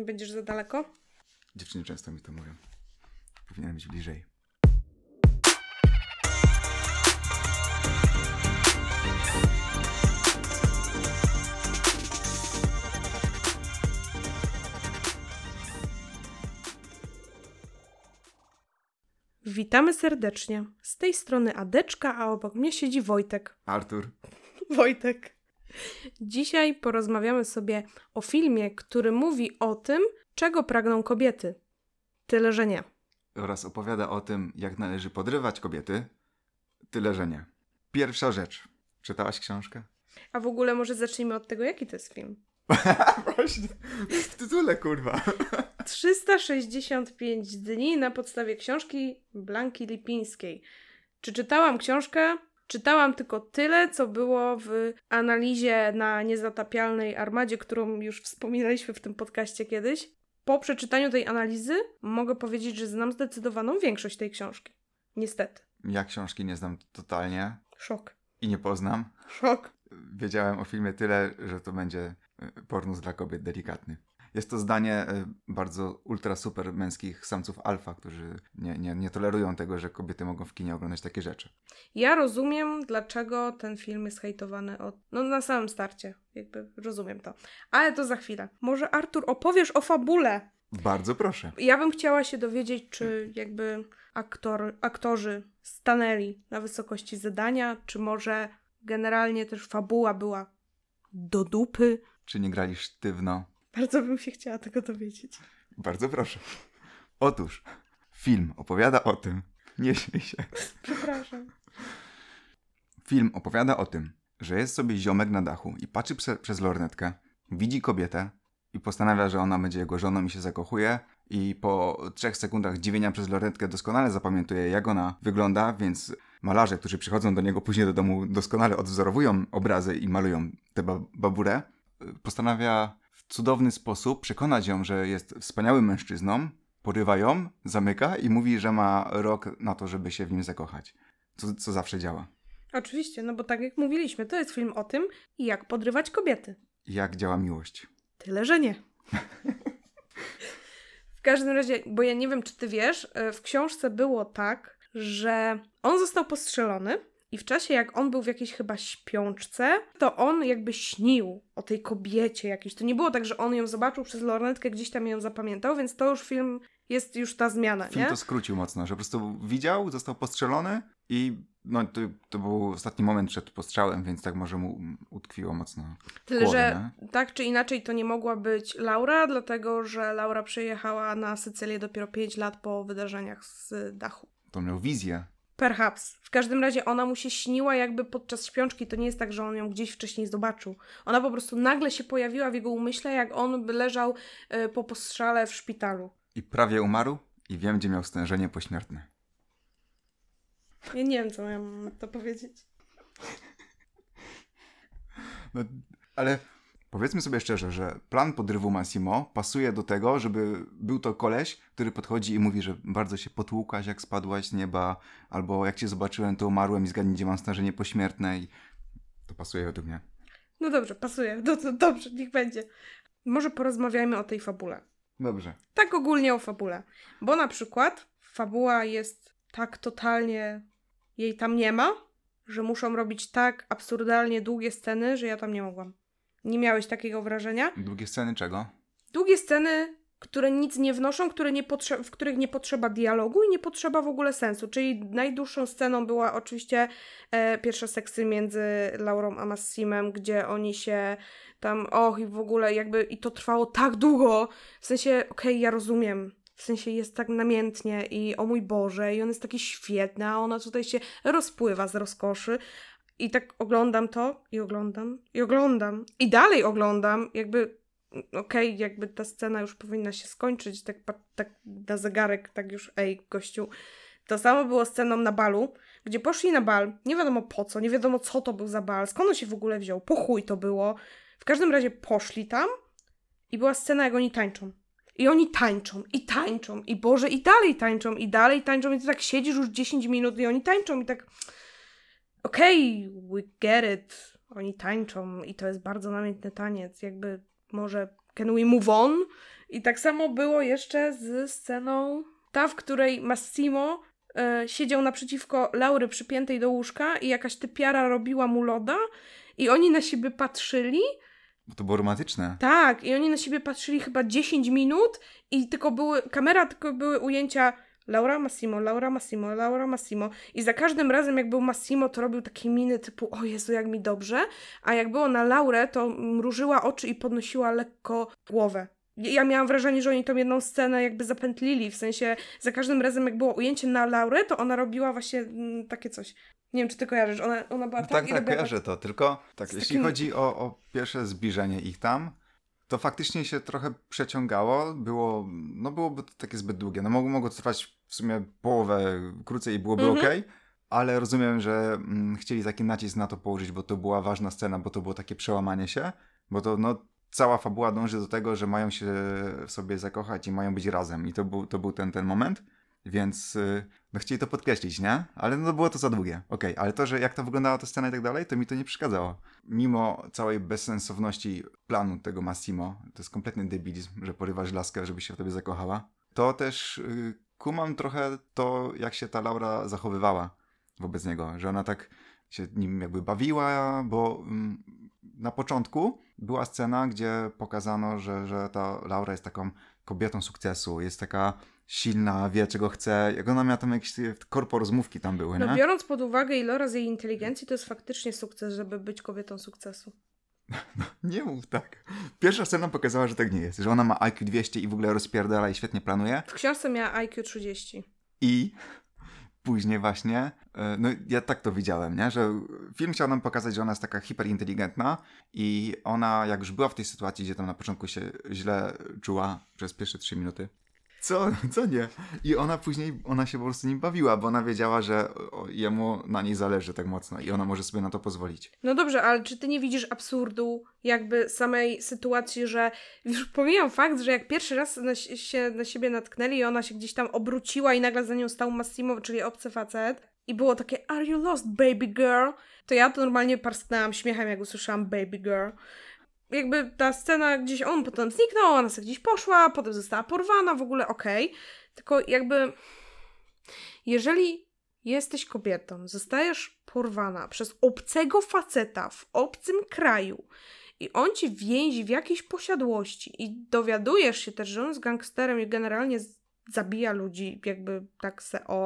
będziesz za daleko? Dziewczyny często mi to mówią. Powinienem być bliżej. Witamy serdecznie. Z tej strony Adeczka, a obok mnie siedzi Wojtek. Artur. Wojtek. Dzisiaj porozmawiamy sobie o filmie, który mówi o tym, czego pragną kobiety. Tyle, że nie. Oraz opowiada o tym, jak należy podrywać kobiety. Tyle, że nie. Pierwsza rzecz. Czytałaś książkę? A w ogóle może zacznijmy od tego, jaki to jest film. Właśnie. W tytule, kurwa. 365 dni na podstawie książki Blanki Lipińskiej. Czy czytałam książkę? Czytałam tylko tyle, co było w analizie na Niezatapialnej Armadzie, którą już wspominaliśmy w tym podcaście kiedyś. Po przeczytaniu tej analizy mogę powiedzieć, że znam zdecydowaną większość tej książki. Niestety. Ja książki nie znam totalnie. Szok. I nie poznam. Szok. Wiedziałem o filmie tyle, że to będzie pornus dla kobiet delikatny. Jest to zdanie bardzo ultra super męskich samców alfa, którzy nie tolerują tego, że kobiety mogą w kinie oglądać takie rzeczy. Ja rozumiem, dlaczego ten film jest hejtowany na samym starcie. Jakby rozumiem to. Ale to za chwilę. Może Artur opowiesz o fabule? Bardzo proszę. Ja bym chciała się dowiedzieć, czy jakby aktorzy stanęli na wysokości zadania, czy może generalnie też fabuła była do dupy. Czy nie grali sztywno? Bardzo bym się chciała tego dowiedzieć. Bardzo proszę. Otóż, film opowiada o tym... Nie śmiej się. Przepraszam. Film opowiada o tym, że jest sobie ziomek na dachu i patrzy przez lornetkę, widzi kobietę i postanawia, że ona będzie jego żoną i się zakochuje i po 3 sekundach dziwienia przez lornetkę doskonale zapamiętuje, jak ona wygląda, więc malarze, którzy przychodzą do niego później do domu, doskonale odwzorowują obrazy i malują tę baburę. Postanawia w cudowny sposób przekonać ją, że jest wspaniałym mężczyzną, porywa ją, zamyka i mówi, że ma rok na to, żeby się w nim zakochać. Co zawsze działa. Oczywiście, no bo tak jak mówiliśmy, to jest film o tym, jak podrywać kobiety. Jak działa miłość. Tyle, że nie. W każdym razie, bo ja nie wiem, czy ty wiesz, w książce było tak, że on został postrzelony i w czasie, jak on był w jakiejś chyba śpiączce, to on jakby śnił o tej kobiecie jakiejś. To nie było tak, że on ją zobaczył przez lornetkę, gdzieś tam ją zapamiętał, więc to już film, jest już ta zmiana, Film nie? to skrócił mocno, że po prostu widział, został postrzelony i no, to był ostatni moment przed postrzałem, więc tak może mu utkwiło mocno w Tyle, głowie, że nie? tak czy inaczej to nie mogła być Laura, dlatego że Laura przyjechała na Sycylię dopiero 5 lat po wydarzeniach z dachu. To miał wizję. Perhaps. W każdym razie ona mu się śniła jakby podczas śpiączki. To nie jest tak, że on ją gdzieś wcześniej zobaczył. Ona po prostu nagle się pojawiła w jego umyśle, jak on by leżał po postrzale w szpitalu. I prawie umarł i wiem, gdzie miał stężenie pośmiertne. Ja nie wiem, co miałam to powiedzieć. No, ale powiedzmy sobie szczerze, że plan podrywu Massimo pasuje do tego, żeby był to koleś, który podchodzi i mówi, że bardzo się potłukaś, jak spadłaś z nieba, albo jak cię zobaczyłem, to umarłem i zgadnij, gdzie mam stężenie pośmiertne i to pasuje według mnie. No dobrze, pasuje. Dobrze, niech będzie. Może porozmawiajmy o tej fabule. Dobrze. Tak ogólnie o fabule. Bo na przykład fabuła jest tak totalnie... Jej tam nie ma, że muszą robić tak absurdalnie długie sceny, że ja tam nie mogłam. Nie miałeś takiego wrażenia? Długie sceny czego? Długie sceny, które nic nie wnoszą, w których nie potrzeba dialogu i nie potrzeba w ogóle sensu. Czyli najdłuższą sceną była oczywiście pierwsze seksy między Laurą a Massimem, gdzie oni się tam, i w ogóle jakby, i to trwało tak długo, w sensie, okej, ja rozumiem, w sensie jest tak namiętnie i o mój Boże, i on jest taki świetny, a ona tutaj się rozpływa z rozkoszy. I tak oglądam to i oglądam i oglądam i dalej oglądam, jakby jakby ta scena już powinna się skończyć, tak na zegarek, tak już, gościu. To samo było sceną na balu, gdzie poszli na bal, nie wiadomo po co, nie wiadomo co to był za bal, skąd on się w ogóle wziął, po chuj to było. W każdym razie poszli tam i była scena, jak oni tańczą. I oni tańczą, i tańczą, i Boże, i dalej tańczą, i dalej tańczą, i ty tak siedzisz już 10 minut i oni tańczą, i tak okej, we get it. Oni tańczą i to jest bardzo namiętny taniec. Jakby może can we move on? I tak samo było jeszcze z sceną ta, w której Massimo siedział naprzeciwko Laury przypiętej do łóżka i jakaś typiara robiła mu loda i oni na siebie patrzyli. Bo to było romantyczne. Tak, i oni na siebie patrzyli chyba 10 minut i tylko były ujęcia Laura Massimo, Laura Massimo, Laura Massimo. I za każdym razem, jak był Massimo, to robił takie miny typu o Jezu, jak mi dobrze. A jak było na Laurę, to mrużyła oczy i podnosiła lekko głowę. Ja miałam wrażenie, że oni tą jedną scenę jakby zapętlili. W sensie, za każdym razem, jak było ujęcie na Laurę, to ona robiła właśnie takie coś. Nie wiem, czy ty kojarzysz. Ona była Tak, kojarzę to. Tylko tak, jeśli takim... chodzi o pierwsze zbliżenie ich tam, to faktycznie się trochę przeciągało. Byłoby to takie zbyt długie. No mogło to trwać w sumie połowę krócej i byłoby okej, ale rozumiem, że chcieli taki nacisk na to położyć, bo to była ważna scena, bo to było takie przełamanie się, bo to cała fabuła dąży do tego, że mają się w sobie zakochać i mają być razem i to był ten moment, więc chcieli to podkreślić, nie? Ale było to za długie. Okej, ale to, że jak to wyglądała ta scena i tak dalej, to mi to nie przeszkadzało. Mimo całej bezsensowności planu tego Massimo, to jest kompletny debilizm, że porywasz laskę, żeby się w tobie zakochała, to też kumam trochę to, jak się ta Laura zachowywała wobec niego, że ona tak się nim jakby bawiła, bo na początku była scena, gdzie pokazano, że ta Laura jest taką kobietą sukcesu, jest taka silna, wie czego chce, jak ona miała tam jakieś korpo rozmówki tam były, nie? biorąc pod uwagę ile z jej inteligencji, to jest faktycznie sukces, żeby być kobietą sukcesu. Nie mów tak. Pierwsza scena pokazała, że tak nie jest, że ona ma IQ 200 i w ogóle rozpierdala i świetnie planuje. W książce miała IQ 30. I później właśnie, ja tak to widziałem, nie? Że film chciał nam pokazać, że ona jest taka hiperinteligentna i ona jak już była w tej sytuacji, gdzie tam na początku się źle czuła przez pierwsze 3 minuty. Co nie? I ona się po prostu nim bawiła, bo ona wiedziała, że jemu na niej zależy tak mocno i ona może sobie na to pozwolić. No dobrze, ale czy ty nie widzisz absurdu jakby samej sytuacji, że już pomijam fakt, że jak pierwszy raz się na siebie natknęli i ona się gdzieś tam obróciła i nagle za nią stał Massimo, czyli obcy facet i było takie are you lost baby girl? To ja to normalnie parsknęłam śmiechem, jak usłyszałam baby girl. Jakby ta scena gdzieś, on potem zniknął, ona sobie gdzieś poszła, potem została porwana, w ogóle okej. Tylko jakby, jeżeli jesteś kobietą, zostajesz porwana przez obcego faceta w obcym kraju i on ci więzi w jakiejś posiadłości i dowiadujesz się też, że on jest gangsterem i generalnie zabija ludzi, jakby tak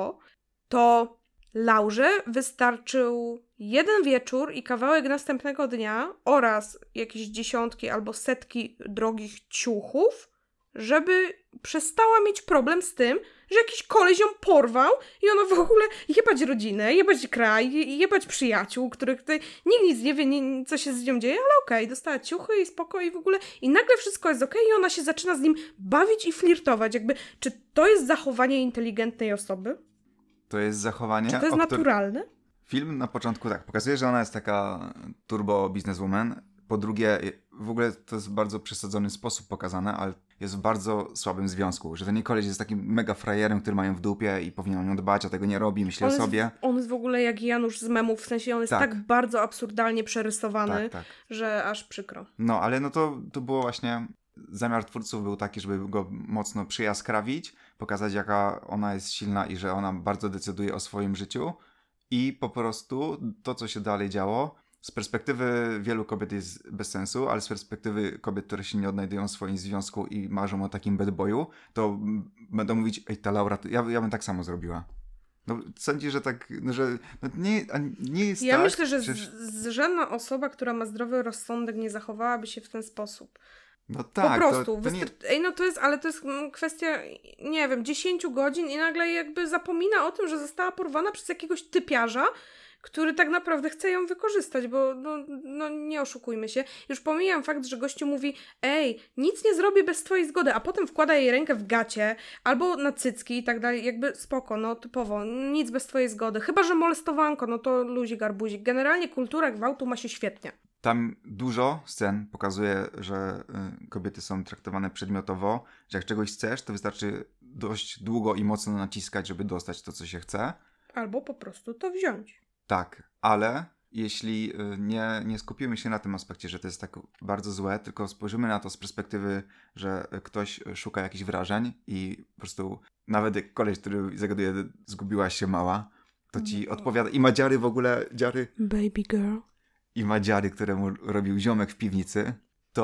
to Laurze wystarczył jeden wieczór i kawałek następnego dnia oraz jakieś dziesiątki albo setki drogich ciuchów, żeby przestała mieć problem z tym, że jakiś koleś ją porwał i ona w ogóle jebać rodzinę, jebać kraj, jebać przyjaciół, których tutaj nikt nic nie wie, co się z nią dzieje, ale okej, dostała ciuchy i spokój i w ogóle i nagle wszystko jest okej i ona się zaczyna z nim bawić i flirtować. Jakby, czy to jest zachowanie inteligentnej osoby? To jest zachowanie... Czy to jest naturalne? Film na początku tak pokazuje, że ona jest taka turbo businesswoman. Po drugie, w ogóle to jest w bardzo przesadzony sposób pokazane, ale jest w bardzo słabym związku. Że ten koleś jest takim mega frajerem, który mają w dupie i powinien o nią dbać, a tego nie robi, myśli o sobie. On jest w ogóle jak Janusz z memów, w sensie on jest tak bardzo absurdalnie przerysowany, że aż przykro. No, ale to było właśnie... Zamiar twórców był taki, żeby go mocno przyjaskrawić, pokazać jaka ona jest silna i że ona bardzo decyduje o swoim życiu i po prostu to, co się dalej działo, z perspektywy wielu kobiet jest bez sensu, ale z perspektywy kobiet, które się nie odnajdują w swoim związku i marzą o takim bad boyu, to będą mówić, ej, ta Laura, ja bym tak samo zrobiła. No, sądzisz, że tak, że nie jest ja tak... myślę, że żadna osoba, która ma zdrowy rozsądek, nie zachowałaby się w ten sposób. No tak, po prostu. To nie... to jest kwestia, nie wiem, 10 godzin i nagle jakby zapomina o tym, że została porwana przez jakiegoś typiarza, który tak naprawdę chce ją wykorzystać, bo nie oszukujmy się. Już pomijam fakt, że gościu mówi, ej, nic nie zrobię bez twojej zgody, a potem wkłada jej rękę w gacie albo na cycki i tak dalej, jakby spoko, typowo, nic bez twojej zgody. Chyba że molestowanko, to luzik, arbuzik. Generalnie kultura gwałtu ma się świetnie. Tam dużo scen pokazuje, że kobiety są traktowane przedmiotowo, że jak czegoś chcesz, to wystarczy dość długo i mocno naciskać, żeby dostać to, co się chce. Albo po prostu to wziąć. Tak, ale jeśli nie skupimy się na tym aspekcie, że to jest tak bardzo złe, tylko spojrzymy na to z perspektywy, że ktoś szuka jakichś wrażeń i po prostu nawet jak koleś, który zagaduje, zgubiłaś się mała, to ci odpowiada i ma dziary w ogóle, Baby girl. I ma dziary, które mu robił ziomek w piwnicy,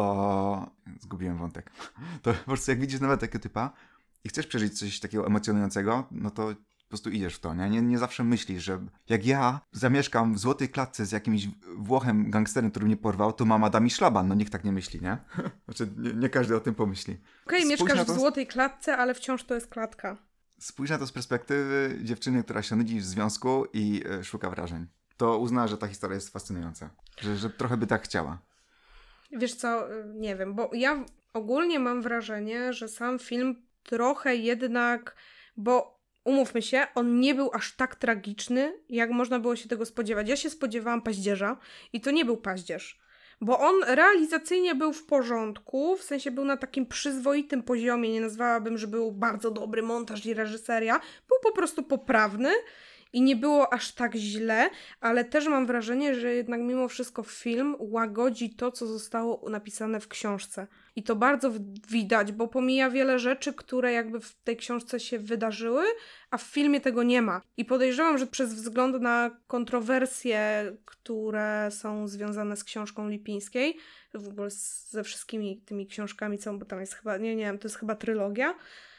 to zgubiłem wątek. To po prostu jak widzisz nawet takiego typa i chcesz przeżyć coś takiego emocjonującego, no to po prostu idziesz w to, nie zawsze myślisz, że jak ja zamieszkam w złotej klatce z jakimś Włochem gangsterem, który mnie porwał, to mama da mi szlaban. No nikt tak nie myśli, nie? Znaczy nie każdy o tym pomyśli. Okej, mieszkasz w złotej klatce, ale wciąż to jest klatka. Spójrz na to z perspektywy dziewczyny, która się nudzi w związku i szuka wrażeń. To uzna, że ta historia jest fascynująca. Że trochę by tak chciała. Wiesz co, nie wiem, bo ja ogólnie mam wrażenie, że sam film trochę jednak, bo umówmy się, on nie był aż tak tragiczny, jak można było się tego spodziewać. Ja się spodziewałam paździerza i to nie był paździerz, bo on realizacyjnie był w porządku, w sensie był na takim przyzwoitym poziomie, nie nazwałabym, że był bardzo dobry montaż i reżyseria, był po prostu poprawny. I nie było aż tak źle, ale też mam wrażenie, że jednak mimo wszystko film łagodzi to, co zostało napisane w książce. I to bardzo widać, bo pomija wiele rzeczy, które jakby w tej książce się wydarzyły, a w filmie tego nie ma. I podejrzewam, że przez wzgląd na kontrowersje, które są związane z książką Lipińskiej, w ogóle ze wszystkimi tymi książkami, bo tam jest chyba, nie wiem, to jest chyba trylogia,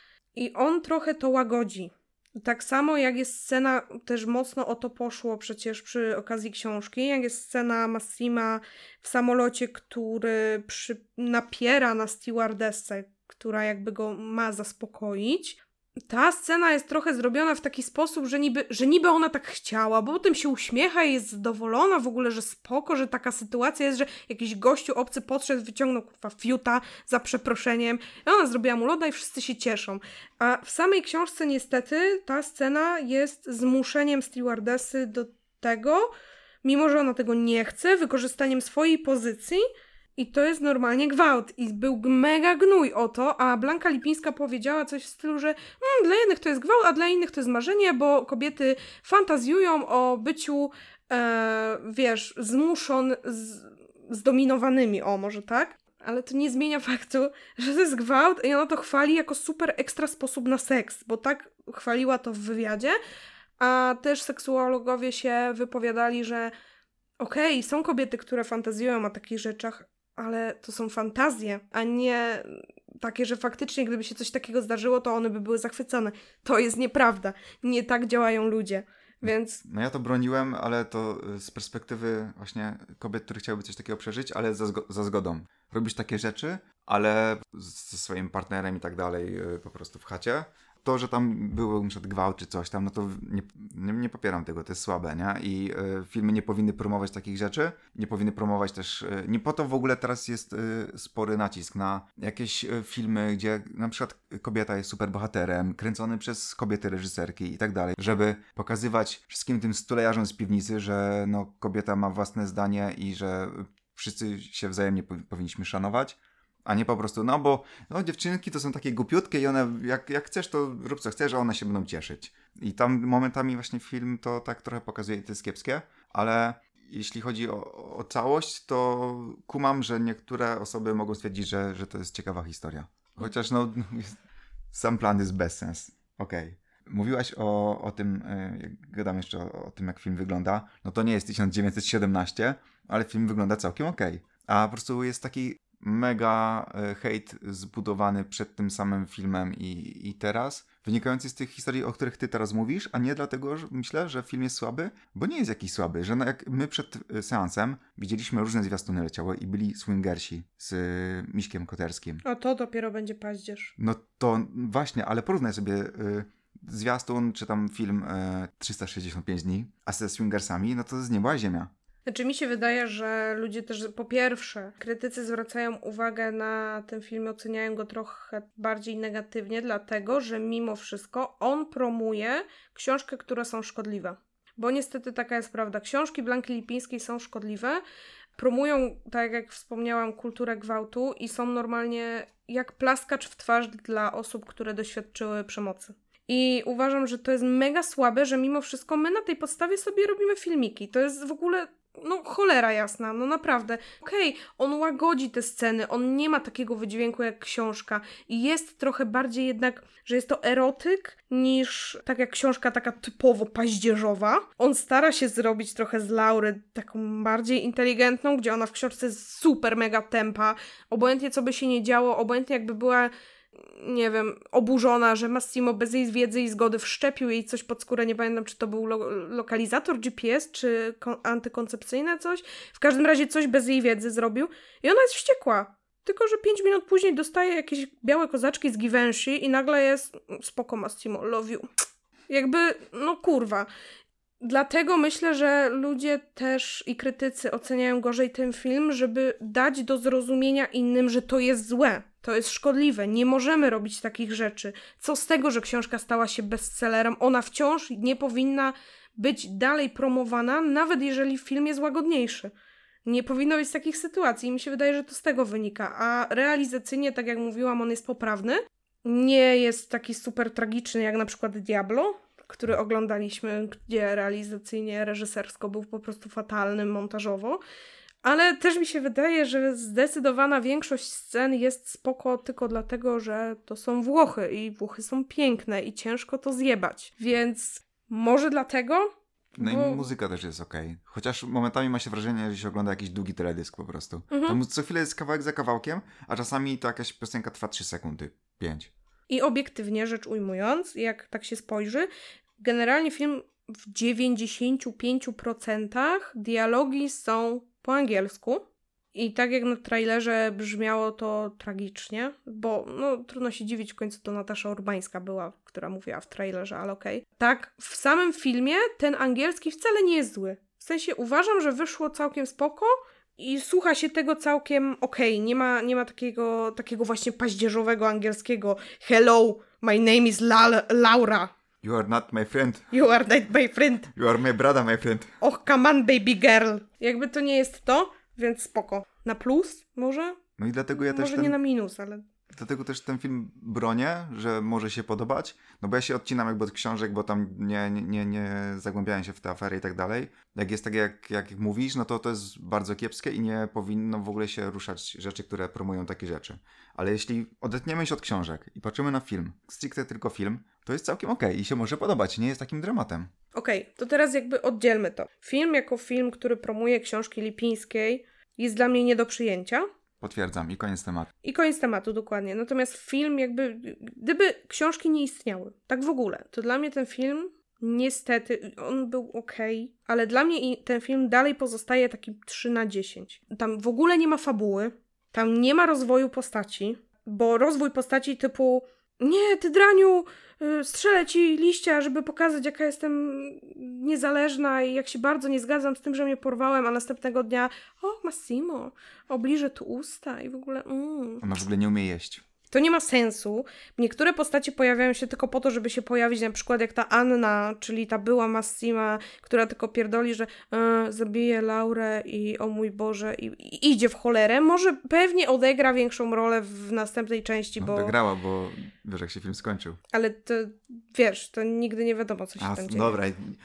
i on trochę to łagodzi. Tak samo jak jest scena, też mocno o to poszło przecież przy okazji książki, jak jest scena Massima w samolocie, który napiera na stewardessę, która jakby go ma zaspokoić. Ta scena jest trochę zrobiona w taki sposób, że niby ona tak chciała, bo potem się uśmiecha i jest zadowolona w ogóle, że spoko, że taka sytuacja jest, że jakiś gościu obcy podszedł, wyciągnął fiuta za przeproszeniem i ona zrobiła mu loda i wszyscy się cieszą. A w samej książce niestety ta scena jest zmuszeniem stewardessy do tego, mimo że ona tego nie chce, wykorzystaniem swojej pozycji. I to jest normalnie gwałt. I był mega gnój o to, a Blanka Lipińska powiedziała coś w stylu, że dla jednych to jest gwałt, a dla innych to jest marzenie, bo kobiety fantazjują o byciu, zdominowanymi, może tak? Ale to nie zmienia faktu, że to jest gwałt i ona to chwali jako super ekstra sposób na seks, bo tak chwaliła to w wywiadzie, a też seksuologowie się wypowiadali, że okej, są kobiety, które fantazjują o takich rzeczach, ale to są fantazje, a nie takie, że faktycznie gdyby się coś takiego zdarzyło, to one by były zachwycone. To jest nieprawda. Nie tak działają ludzie. Więc... No ja to broniłem, ale to z perspektywy właśnie kobiet, które chciałyby coś takiego przeżyć, ale za zgodą. Robisz takie rzeczy, ale ze swoim partnerem i tak dalej po prostu w chacie. To, że tam był na przykład gwałt czy coś tam, no to nie popieram tego, to jest słabe, nie? I filmy nie powinny promować takich rzeczy, nie powinny promować też, nie po to w ogóle teraz jest spory nacisk na jakieś filmy, gdzie na przykład kobieta jest super bohaterem, kręcony przez kobiety reżyserki i tak dalej, żeby pokazywać wszystkim tym stulejarzom z piwnicy, że no kobieta ma własne zdanie i że wszyscy się wzajemnie powinniśmy szanować. A nie po prostu, bo dziewczynki to są takie głupiutkie i one, jak chcesz, to rób co chcesz, a one się będą cieszyć. I tam momentami właśnie film to tak trochę pokazuje i to jest kiepskie, ale jeśli chodzi o całość, to kumam, że niektóre osoby mogą stwierdzić, że to jest ciekawa historia. Chociaż sam plan jest bez sens. Okej. Mówiłaś o tym, jak gadam jeszcze o tym, jak film wygląda, no to nie jest 1917, ale film wygląda całkiem okej. A po prostu jest taki mega hejt zbudowany przed tym samym filmem i teraz, wynikający z tych historii, o których ty teraz mówisz, a nie dlatego, że myślę, że film jest słaby, bo nie jest jakiś słaby, że jak my przed seansem widzieliśmy różne zwiastuny leciały i byli swingersi z Miśkiem Koterskim. O, to dopiero będzie paździerz. No to właśnie, ale porównaj sobie zwiastun, czy tam film 365 dni, a ze swingersami, no to z nieba ziemia. Znaczy mi się wydaje, że ludzie też, po pierwsze, krytycy zwracają uwagę na ten film, oceniają go trochę bardziej negatywnie, dlatego, że mimo wszystko on promuje książki, które są szkodliwe. Bo niestety taka jest prawda. Książki Blanki Lipińskiej są szkodliwe, promują, tak jak wspomniałam, kulturę gwałtu i są normalnie jak plaskacz w twarz dla osób, które doświadczyły przemocy. I uważam, że to jest mega słabe, że mimo wszystko my na tej podstawie sobie robimy filmiki. To jest w ogóle no cholera jasna, no naprawdę. Okej, on łagodzi te sceny, on nie ma takiego wydźwięku jak książka i jest trochę bardziej jednak, że jest to erotyk niż tak jak książka taka typowo paździerzowa. On stara się zrobić trochę z Laury taką bardziej inteligentną, gdzie ona w książce jest super mega tempa, obojętnie co by się nie działo, obojętnie jakby była, nie wiem, oburzona, że Massimo bez jej wiedzy i zgody wszczepił jej coś pod skórę, nie pamiętam, czy to był lokalizator GPS, czy antykoncepcyjne coś. W każdym razie coś bez jej wiedzy zrobił i ona jest wściekła. Tylko że 5 minut później dostaje jakieś białe kozaczki z Givenchy i nagle jest spoko Massimo, love you. Jakby, no kurwa. Dlatego myślę, że ludzie też i krytycy oceniają gorzej ten film, żeby dać do zrozumienia innym, że to jest złe, to jest szkodliwe, nie możemy robić takich rzeczy. Co z tego, że książka stała się bestsellerem? Ona wciąż nie powinna być dalej promowana, nawet jeżeli film jest łagodniejszy. Nie powinno być takich sytuacji i mi się wydaje, że to z tego wynika. A realizacyjnie, tak jak mówiłam, on jest poprawny. Nie jest taki super tragiczny jak na przykład Diablo, który oglądaliśmy, gdzie realizacyjnie, reżysersko był po prostu fatalny montażowo. Ale też mi się wydaje, że zdecydowana większość scen jest spoko tylko dlatego, że to są Włochy i Włochy są piękne i ciężko to zjebać. Więc może dlatego? No i muzyka też jest okej. Chociaż momentami ma się wrażenie, że się ogląda jakiś długi teledysk po prostu. Tam co chwilę jest kawałek za kawałkiem, a czasami to jakaś piosenka trwa 3 sekundy, 5. I obiektywnie rzecz ujmując, jak tak się spojrzy, generalnie film w 95% dialogi są po angielsku. I tak jak na trailerze brzmiało to tragicznie, bo no trudno się dziwić, w końcu to Natasza Urbańska była, która mówiła w trailerze, ale okej. Tak, w samym filmie ten angielski wcale nie jest zły. W sensie uważam, że wyszło całkiem spoko i słucha się tego całkiem okej. Nie ma takiego właśnie paździerzowego angielskiego hello, my name is Laura. You are not my friend. You are not my friend. You are my brother, my friend. Och, come on, baby girl. Jakby to nie jest to, więc spoko. Na plus może? No i dlatego ja też może nie na minus, ale... Dlatego też ten film bronię, że może się podobać, no bo ja się odcinam jakby od książek, bo tam nie zagłębiałem się w te afery i tak dalej. Jak jest tak jak mówisz, no to jest bardzo kiepskie i nie powinno w ogóle się ruszać rzeczy, które promują takie rzeczy. Ale jeśli odetniemy się od książek i patrzymy na film, stricte tylko film, to jest całkiem okej i się może podobać, nie jest takim dramatem. Okej, to teraz jakby oddzielmy to. Film jako film, który promuje książki Lipińskiej, jest dla mnie nie do przyjęcia. Potwierdzam i koniec tematu. I koniec tematu, dokładnie. Natomiast film jakby, gdyby książki nie istniały, tak w ogóle, to dla mnie ten film, niestety, on był okej, ale dla mnie ten film dalej pozostaje takim 3/10. Tam w ogóle nie ma fabuły, tam nie ma rozwoju postaci, bo rozwój postaci typu nie, ty draniu, strzelę ci liścia, żeby pokazać, jaka jestem niezależna i jak się bardzo nie zgadzam z tym, że mnie porwałem, a następnego dnia o, Massimo, obliżę tu usta i w ogóle Ona w ogóle nie umie jeść. To nie ma sensu. Niektóre postacie pojawiają się tylko po to, żeby się pojawić, na przykład jak ta Anna, czyli ta była Massima, która tylko pierdoli, że zabije Laurę i o mój Boże i idzie w cholerę. Może pewnie odegra większą rolę w następnej części, bo... Odegrała, bo wiesz, jak się film skończył. Ale to, wiesz, to nigdy nie wiadomo, co się tam dzieje. Dobra,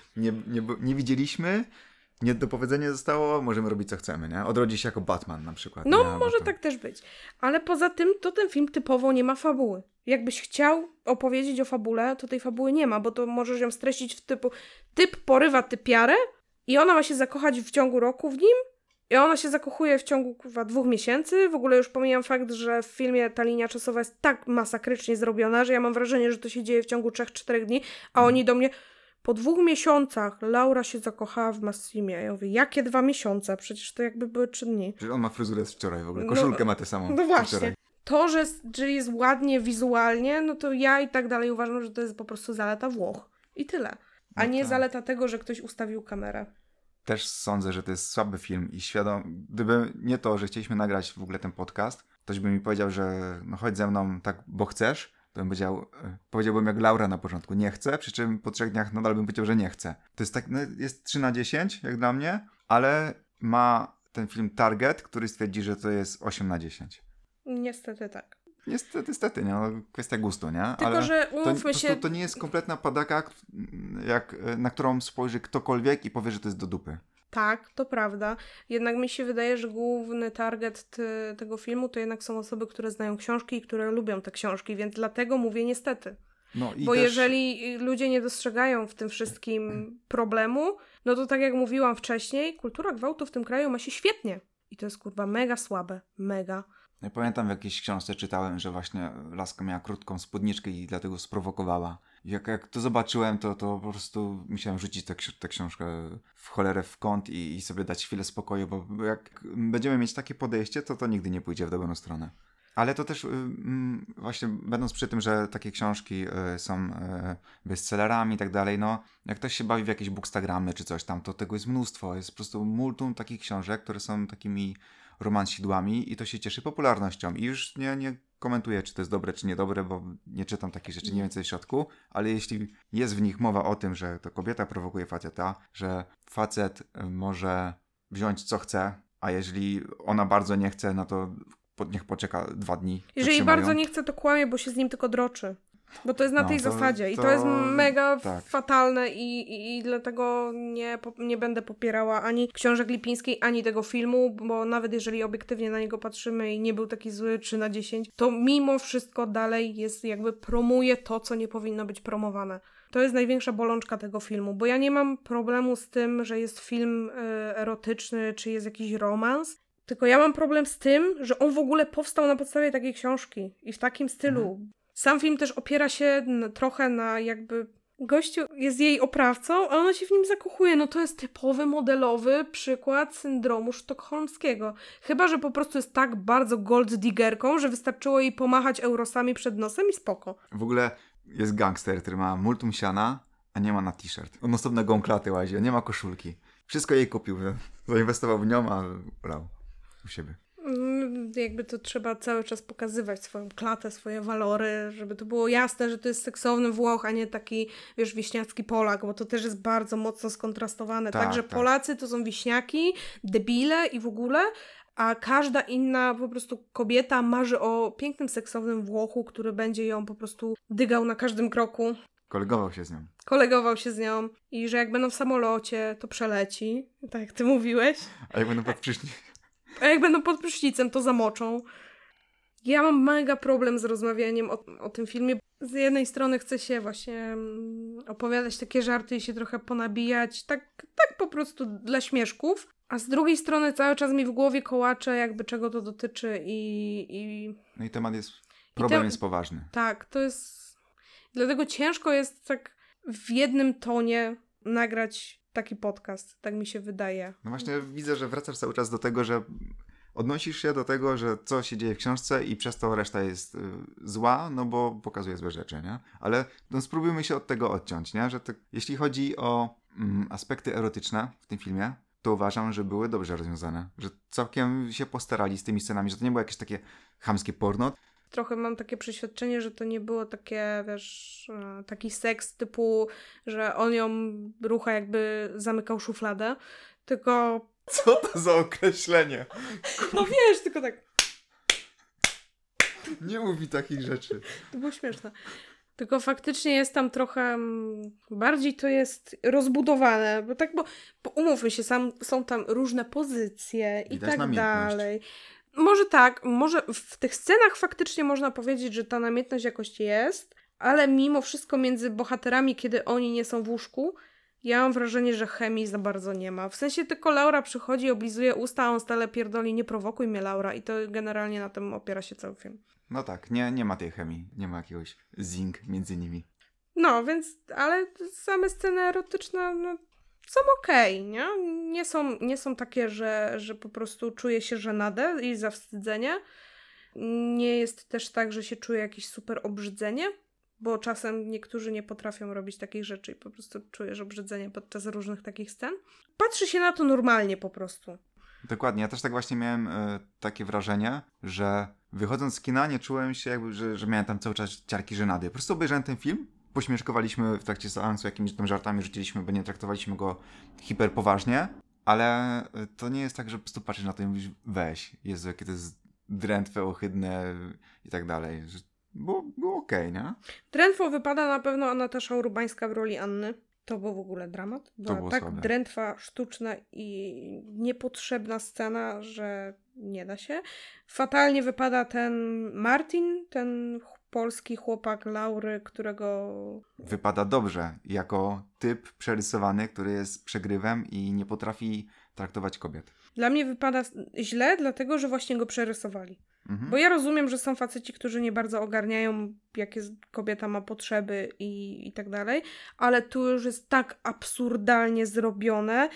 nie widzieliśmy... Niedopowiedzenie zostało, możemy robić co chcemy, nie? Odrodzi się jako Batman na przykład. No, nie? może tak też być. Ale poza tym, to ten film typowo nie ma fabuły. Jakbyś chciał opowiedzieć o fabule, to tej fabuły nie ma, bo to możesz ją streścić w typ porywa typiarę i ona ma się zakochać w ciągu roku w nim i ona się zakochuje w ciągu 2 miesięcy. W ogóle już pomijam fakt, że w filmie ta linia czasowa jest tak masakrycznie zrobiona, że ja mam wrażenie, że to się dzieje w ciągu 3-4 dni, a oni do mnie... Po 2 miesiącach Laura się zakochała w Massimie. Ja mówię, jakie 2 miesiące? Przecież to jakby były 3 dni. Przecież on ma fryzurę z wczoraj w ogóle. Koszulkę ma tę samą. No właśnie. Wczoraj. To, że jest ładnie wizualnie, no to ja i tak dalej uważam, że to jest po prostu zaleta Włoch. I tyle. A nie zaleta tego, że ktoś ustawił kamerę. Też sądzę, że to jest słaby film i gdyby nie to, że chcieliśmy nagrać w ogóle ten podcast, ktoś by mi powiedział, że no chodź ze mną tak, bo chcesz, to bym powiedziałbym jak Laura na początku, nie chcę, przy czym po 3 dniach nadal bym powiedział, że nie chcę. To jest tak, no jest 3/10 jak dla mnie, ale ma ten film target, który stwierdzi, że to jest 8/10. Niestety tak. Niestety, nie? No, kwestia gustu, nie? Tylko, ale że umówmy się... To nie jest kompletna padaka, na którą spojrzy ktokolwiek i powie, że to jest do dupy. Tak, to prawda. Jednak mi się wydaje, że główny target tego filmu to jednak są osoby, które znają książki i które lubią te książki, więc dlatego mówię niestety. No i Bo też... jeżeli ludzie nie dostrzegają w tym wszystkim problemu, no to tak jak mówiłam wcześniej, kultura gwałtu w tym kraju ma się świetnie. I to jest kurwa mega słabe. Mega. Ja pamiętam w jakiejś książce czytałem, że właśnie laska miała krótką spódniczkę i dlatego sprowokowała. Jak to zobaczyłem, to po prostu musiałem rzucić tę książkę w cholerę w kąt i sobie dać chwilę spokoju, bo jak będziemy mieć takie podejście, to nigdy nie pójdzie w dobrą stronę. Ale to też właśnie będąc przy tym, że takie książki są bestsellerami i tak dalej, no jak ktoś się bawi w jakieś bookstagramy czy coś tam, to tego jest mnóstwo. Jest po prostu multum takich książek, które są takimi romansidłami i to się cieszy popularnością. I już nie komentuję, czy to jest dobre, czy niedobre, bo nie czytam takich rzeczy, nie wiem co jest w środku, ale jeśli jest w nich mowa o tym, że to kobieta prowokuje faceta, że facet może wziąć co chce, a jeżeli ona bardzo nie chce, no to niech poczeka 2 dni. Jeżeli bardzo nie chce, to kłamie, bo się z nim tylko droczy. Bo to jest na tej zasadzie. I to jest mega fatalne i dlatego nie będę popierała ani książek Lipińskiej, ani tego filmu, bo nawet jeżeli obiektywnie na niego patrzymy i nie był taki zły 3/10, to mimo wszystko dalej jest jakby promuje to, co nie powinno być promowane. To jest największa bolączka tego filmu, bo ja nie mam problemu z tym, że jest film erotyczny, czy jest jakiś romans, tylko ja mam problem z tym, że on w ogóle powstał na podstawie takiej książki i w takim stylu. Sam film też opiera się trochę na jakby... Gościu jest jej oprawcą, a ona się w nim zakochuje. No to jest typowy, modelowy przykład syndromu sztokholmskiego. Chyba że po prostu jest tak bardzo gold diggerką, że wystarczyło jej pomachać eurosami przed nosem i spoko. W ogóle jest gangster, który ma multum siana, a nie ma na t-shirt. On osobno gołą klatę łazi, nie ma koszulki. Wszystko jej kupił, zainwestował w nią, a brał u siebie. Jakby to trzeba cały czas pokazywać swoją klatę, swoje walory, żeby to było jasne, że to jest seksowny Włoch, a nie taki, wiesz, wieśniacki Polak, bo to też jest bardzo mocno skontrastowane. Także Polacy to są wieśniaki, debile i w ogóle, a każda inna po prostu kobieta marzy o pięknym, seksownym Włochu, który będzie ją po prostu dygał na każdym kroku. Kolegował się z nią i że jak będą w samolocie, to przeleci, tak jak ty mówiłeś. A jak będą pod prysznicem? A jak będą pod prysznicem, to zamoczą. Ja mam mega problem z rozmawianiem o tym filmie. Z jednej strony chcę się właśnie opowiadać takie żarty i się trochę ponabijać, tak po prostu dla śmieszków, a z drugiej strony cały czas mi w głowie kołacze jakby czego to dotyczy i... No i problem jest poważny. Tak, to jest... Dlatego ciężko jest tak w jednym tonie nagrać taki podcast, tak mi się wydaje. No właśnie widzę, że wracasz cały czas do tego, że odnosisz się do tego, że co się dzieje w książce i przez to reszta jest zła, no bo pokazuje złe rzeczy, nie? Ale no spróbujmy się od tego odciąć, nie? Że jeśli chodzi o aspekty erotyczne w tym filmie, to uważam, że były dobrze rozwiązane. Że całkiem się postarali z tymi scenami, że to nie było jakieś takie chamskie porno. Trochę mam takie przeświadczenie, że to nie było takie, wiesz, taki seks typu, że on ją rucha jakby zamykał szufladę, tylko... Co to za określenie? No wiesz, tylko tak... Nie mów mi takich rzeczy. To było śmieszne. Tylko faktycznie jest tam trochę... Bardziej to jest rozbudowane, bo umówmy się, są tam różne pozycje i tak dalej. Może tak, może w tych scenach faktycznie można powiedzieć, że ta namiętność jakoś jest, ale mimo wszystko między bohaterami, kiedy oni nie są w łóżku, ja mam wrażenie, że chemii za bardzo nie ma. W sensie tylko Laura przychodzi, oblizuje usta, a on stale pierdoli, nie prowokuj mnie, Laura. I to generalnie na tym opiera się cały film. No tak, nie ma tej chemii, nie ma jakiegoś zing między nimi. No, więc, ale same sceny erotyczne, no, są okej, nie? Nie są takie, że po prostu czuję się żenadę i zawstydzenie. Nie jest też tak, że się czuje jakieś super obrzydzenie, bo czasem niektórzy nie potrafią robić takich rzeczy i po prostu czujesz obrzydzenie podczas różnych takich scen. Patrzy się na to normalnie po prostu. Dokładnie, ja też tak właśnie miałem takie wrażenie, że wychodząc z kina nie czułem się jakby, że miałem tam cały czas ciarki żenady. Po prostu obejrzałem ten film, pośmieszkowaliśmy w trakcie seansu jakimiś tam żartami, rzuciliśmy, bo nie traktowaliśmy go hiperpoważnie, ale to nie jest tak, że po prostu patrzysz na to i mówisz, weź, Jezu, jakie to jest drętwe, ohydne i tak dalej. Było okej, nie? Drętwo wypada na pewno Natasza Urbańska w roli Anny. To był w ogóle dramat. To Była było tak słabe. drętwa, sztuczna i niepotrzebna scena, że nie da się. Fatalnie wypada ten Martin, ten polski chłopak Laury, którego... Wypada dobrze, jako typ przerysowany, który jest przegrywem i nie potrafi traktować kobiet. Dla mnie wypada źle, dlatego, że właśnie go przerysowali. Bo ja rozumiem, że są faceci, którzy nie bardzo ogarniają, jakie kobieta ma potrzeby i tak dalej, ale tu już jest tak absurdalnie zrobione,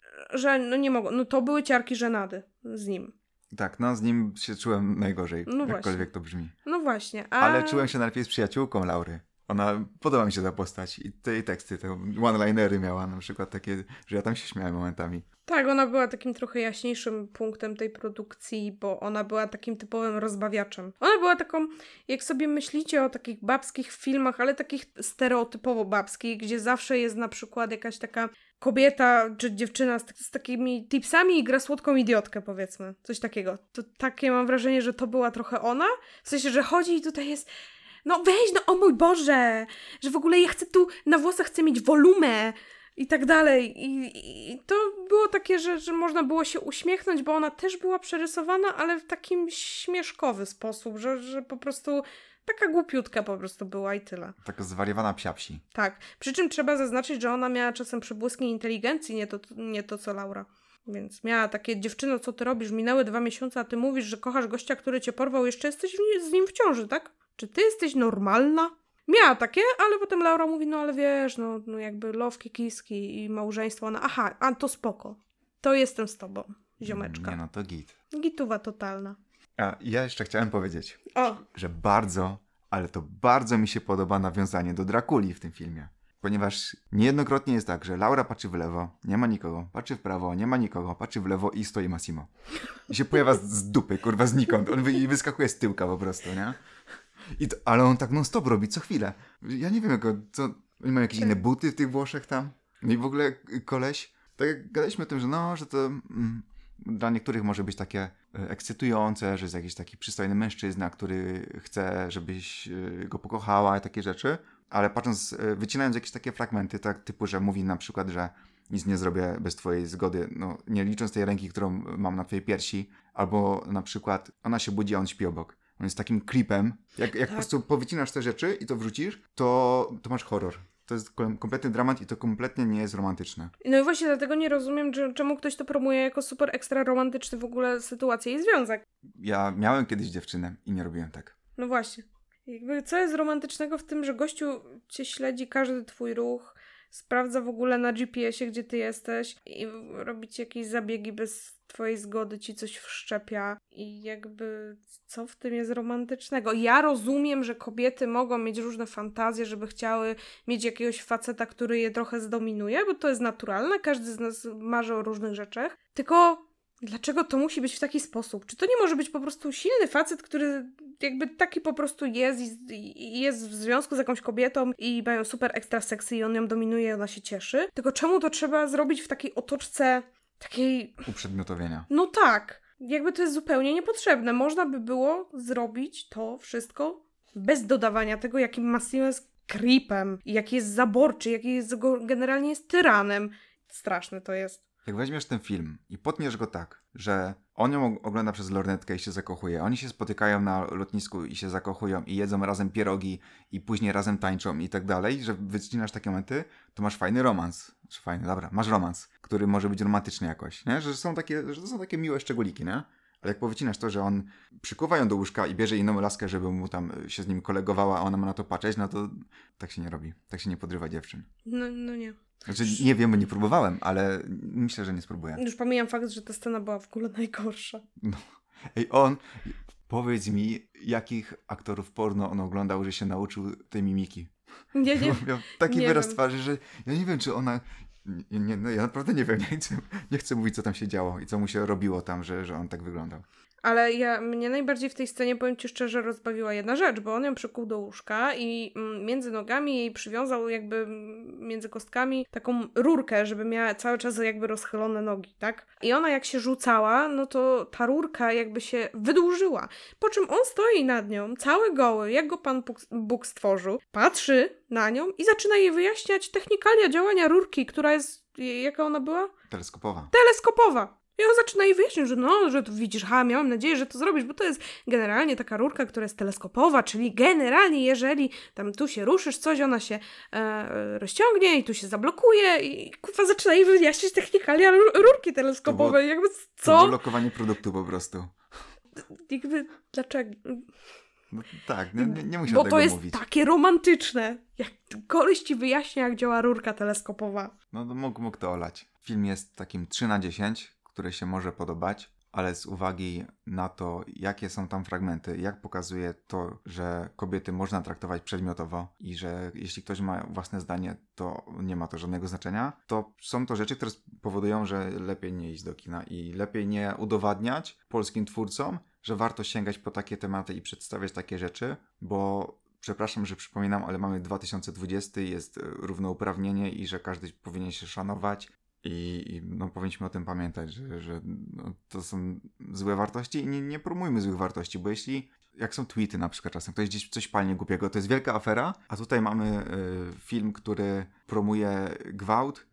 że no nie mogą. No to były ciarki żenady z nim. Tak, no z nim się czułem najgorzej, No jakkolwiek właśnie. to brzmi. No właśnie. Ale czułem się najlepiej z przyjaciółką Laury. Podoba mi się ta postać i te jej teksty, te one-linery miała na przykład takie, że ja tam się śmiałem momentami. Tak, ona była takim trochę jaśniejszym punktem tej produkcji, bo ona była takim typowym rozbawiaczem. Ona była taką, jak sobie myślicie o takich babskich filmach, ale takich stereotypowo babskich, gdzie zawsze jest na przykład jakaś taka kobieta czy dziewczyna z takimi tipsami i gra słodką idiotkę, powiedzmy. Coś takiego. To takie mam wrażenie, że to była trochę ona. W sensie, że chodzi i tutaj jest... No weź, no o mój Boże! Że w ogóle ja chcę tu, na włosach chcę mieć wolumę! I tak dalej. I to było takie, że można było się uśmiechnąć, bo ona też była przerysowana, ale w takim śmieszkowy sposób, że po prostu taka głupiutka po prostu była i tyle. Taka zwariowana psiapsi. Tak. Przy czym trzeba zaznaczyć, że ona miała czasem przebłyski inteligencji, nie to co Laura. Więc miała takie, dziewczyno, co ty robisz? Minęły 2 miesiące, a ty mówisz, że kochasz gościa, który cię porwał, jeszcze jesteś z nim w ciąży, tak? Czy ty jesteś normalna? Miała takie, ale potem Laura mówi, no ale wiesz, no jakby lowki, kiski i małżeństwo. Ona, aha, a to spoko. To jestem z tobą, ziomeczka. Nie no, to git. Gituwa totalna. A ja jeszcze chciałem powiedzieć, O, że bardzo, ale to bardzo mi się podoba nawiązanie do Drakuli w tym filmie. Ponieważ niejednokrotnie jest tak, że Laura patrzy w lewo, nie ma nikogo, patrzy w prawo, nie ma nikogo, patrzy w lewo i stoi Massimo. I się pojawia z dupy, kurwa, znikąd. On wyskakuje z tyłka po prostu, nie? Ale on tak non stop robi co chwilę. Ja nie wiem, co... Oni mają jakieś inne buty w tych Włoszech tam? No i w ogóle koleś... Tak jak gadaliśmy o tym, że to dla niektórych może być takie ekscytujące, że jest jakiś taki przystojny mężczyzna, który chce, żebyś go pokochała i takie rzeczy. Ale patrząc, wycinając jakieś takie fragmenty, tak typu, że mówi na przykład, że nic nie zrobię bez twojej zgody, no nie licząc tej ręki, którą mam na twojej piersi, albo na przykład ona się budzi, a on śpi obok. On jest takim creepem. Jak tak. Po prostu powycinasz te rzeczy i to wrzucisz, to masz horror. To jest kompletny dramat i to kompletnie nie jest romantyczne. No i właśnie dlatego nie rozumiem, czemu ktoś to promuje jako super ekstra romantyczny w ogóle sytuację i związek. Ja miałem kiedyś dziewczynę i nie robiłem tak. No właśnie. Jakby co jest romantycznego w tym, że gościu cię śledzi każdy twój ruch, sprawdza w ogóle na GPS-ie, gdzie ty jesteś i robi ci jakieś zabiegi bez twojej zgody, ci coś wszczepia i jakby co w tym jest romantycznego? Ja rozumiem, że kobiety mogą mieć różne fantazje, żeby chciały mieć jakiegoś faceta, który je trochę zdominuje, bo to jest naturalne, każdy z nas marzy o różnych rzeczach, tylko dlaczego to musi być w taki sposób? Czy to nie może być po prostu silny facet, który jakby taki po prostu jest i jest w związku z jakąś kobietą i mają super ekstra seksy i on ją dominuje i ona się cieszy? Tylko czemu to trzeba zrobić w takiej otoczce takiej... uprzedmiotowienia. No tak. Jakby to jest zupełnie niepotrzebne. Można by było zrobić to wszystko bez dodawania tego, jakim Massimo jest creepem, jaki jest zaborczy, jaki jest generalnie jest tyranem. Straszne to jest. Jak weźmiesz ten film i potniesz go tak, że on ją ogląda przez lornetkę i się zakochuje, oni się spotykają na lotnisku i się zakochują i jedzą razem pierogi i później razem tańczą i tak dalej, że wycinasz takie momenty, to masz fajny romans. Masz romans, który może być romantyczny jakoś, nie? Że to są takie miłe szczególiki, nie? Ale jak powycinasz to, że on przykuwa ją do łóżka i bierze inną laskę, żeby mu tam się z nim kolegowała, a ona ma na to patrzeć, no to tak się nie robi. Tak się nie podrywa dziewczyn. No nie. Znaczy, nie wiem, bo nie próbowałem, ale myślę, że nie spróbuję. Już pomijam fakt, że ta scena była w ogóle najgorsza. No. Ej, powiedz mi, jakich aktorów porno on oglądał, że się nauczył tej mimiki. Nie. Miał taki nie wyraz wiem. twarzy, że ja nie wiem, czy ona... No ja naprawdę nie wiem, nie chcę mówić, co tam się działo i co mu się robiło tam, że on tak wyglądał. Ale mnie najbardziej w tej scenie, powiem ci szczerze, rozbawiła jedna rzecz, bo on ją przykuł do łóżka i między nogami jej przywiązał jakby między kostkami taką rurkę, żeby miała cały czas jakby rozchylone nogi, tak? I ona jak się rzucała, no to ta rurka jakby się wydłużyła. Po czym on stoi nad nią, cały goły, jak go Pan Bóg stworzył, patrzy na nią i zaczyna jej wyjaśniać technikalia działania rurki, która jest, jaka ona była? Teleskopowa. I on zaczyna jej wyjaśnić, że tu widzisz, miałam nadzieję, że to zrobisz, bo to jest generalnie taka rurka, która jest teleskopowa, czyli generalnie jeżeli tam tu się ruszysz, coś, ona się rozciągnie i tu się zablokuje i kurwa zaczyna jej wyjaśnić technikalia rurki teleskopowej. Jakby co? To było blokowanie produktu po prostu. Jakby dlaczego? No, tak, nie musiał tego mówić. Bo to jest takie romantyczne, jak koleś ci wyjaśnia, jak działa rurka teleskopowa. No to mógł to olać. Film jest takim 3/10, który się może podobać, ale z uwagi na to, jakie są tam fragmenty, jak pokazuje to, że kobiety można traktować przedmiotowo i że jeśli ktoś ma własne zdanie, to nie ma to żadnego znaczenia, to są to rzeczy, które powodują, że lepiej nie iść do kina i lepiej nie udowadniać polskim twórcom, że warto sięgać po takie tematy i przedstawiać takie rzeczy, bo przepraszam, że przypominam, ale mamy 2020, jest równouprawnienie i że każdy powinien się szanować. I powinniśmy o tym pamiętać, że to są złe wartości i nie promujmy złych wartości, bo jak są tweety na przykład czasem, ktoś gdzieś coś palnie głupiego, to jest wielka afera, a tutaj mamy film, który promuje gwałt,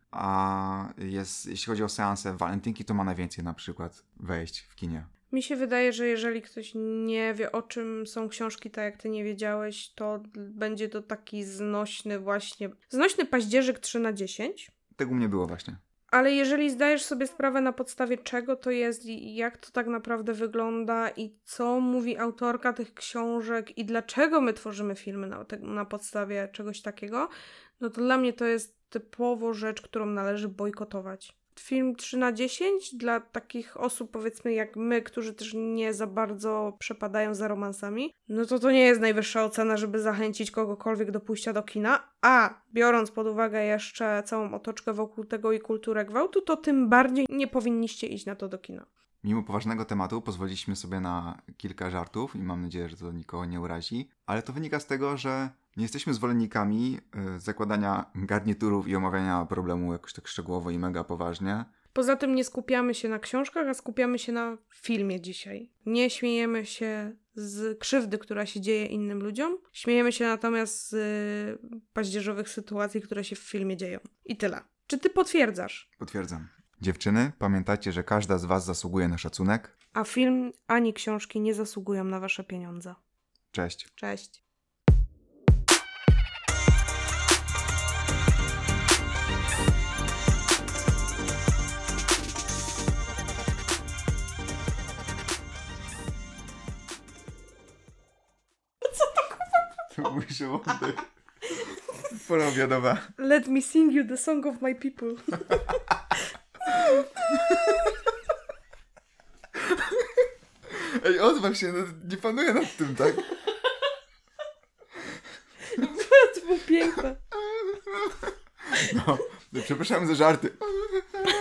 a jeśli chodzi o seanse walentynki, to ma najwięcej na przykład wejść w kinie. Mi się wydaje, że jeżeli ktoś nie wie, o czym są książki, tak jak ty nie wiedziałeś, to będzie to taki znośny paździerzyk 3/10. Tego u mnie było właśnie. Ale jeżeli zdajesz sobie sprawę, na podstawie czego to jest i jak to tak naprawdę wygląda i co mówi autorka tych książek i dlaczego my tworzymy filmy na podstawie czegoś takiego, no to dla mnie to jest typowo rzecz, którą należy bojkotować. Film 3/10 dla takich osób, powiedzmy jak my, którzy też nie za bardzo przepadają za romansami, no to nie jest najwyższa ocena, żeby zachęcić kogokolwiek do pójścia do kina, a biorąc pod uwagę jeszcze całą otoczkę wokół tego i kulturę gwałtu, to tym bardziej nie powinniście iść na to do kina. Mimo poważnego tematu pozwoliliśmy sobie na kilka żartów i mam nadzieję, że to nikogo nie urazi, ale to wynika z tego, że nie jesteśmy zwolennikami zakładania garniturów i omawiania problemu jakoś tak szczegółowo i mega poważnie. Poza tym nie skupiamy się na książkach, a skupiamy się na filmie dzisiaj. Nie śmiejemy się z krzywdy, która się dzieje innym ludziom. Śmiejemy się natomiast z paździerzowych sytuacji, które się w filmie dzieją. I tyle. Czy ty potwierdzasz? Potwierdzam. Dziewczyny, pamiętajcie, że każda z was zasługuje na szacunek. A film ani książki nie zasługują na wasze pieniądze. Cześć. Cześć. To mój żołądek. Pora obiadowa. Let me sing you the song of my people. Ej, odważ się, nie panuję nad tym, tak? To było piękne. No, przepraszam za żarty.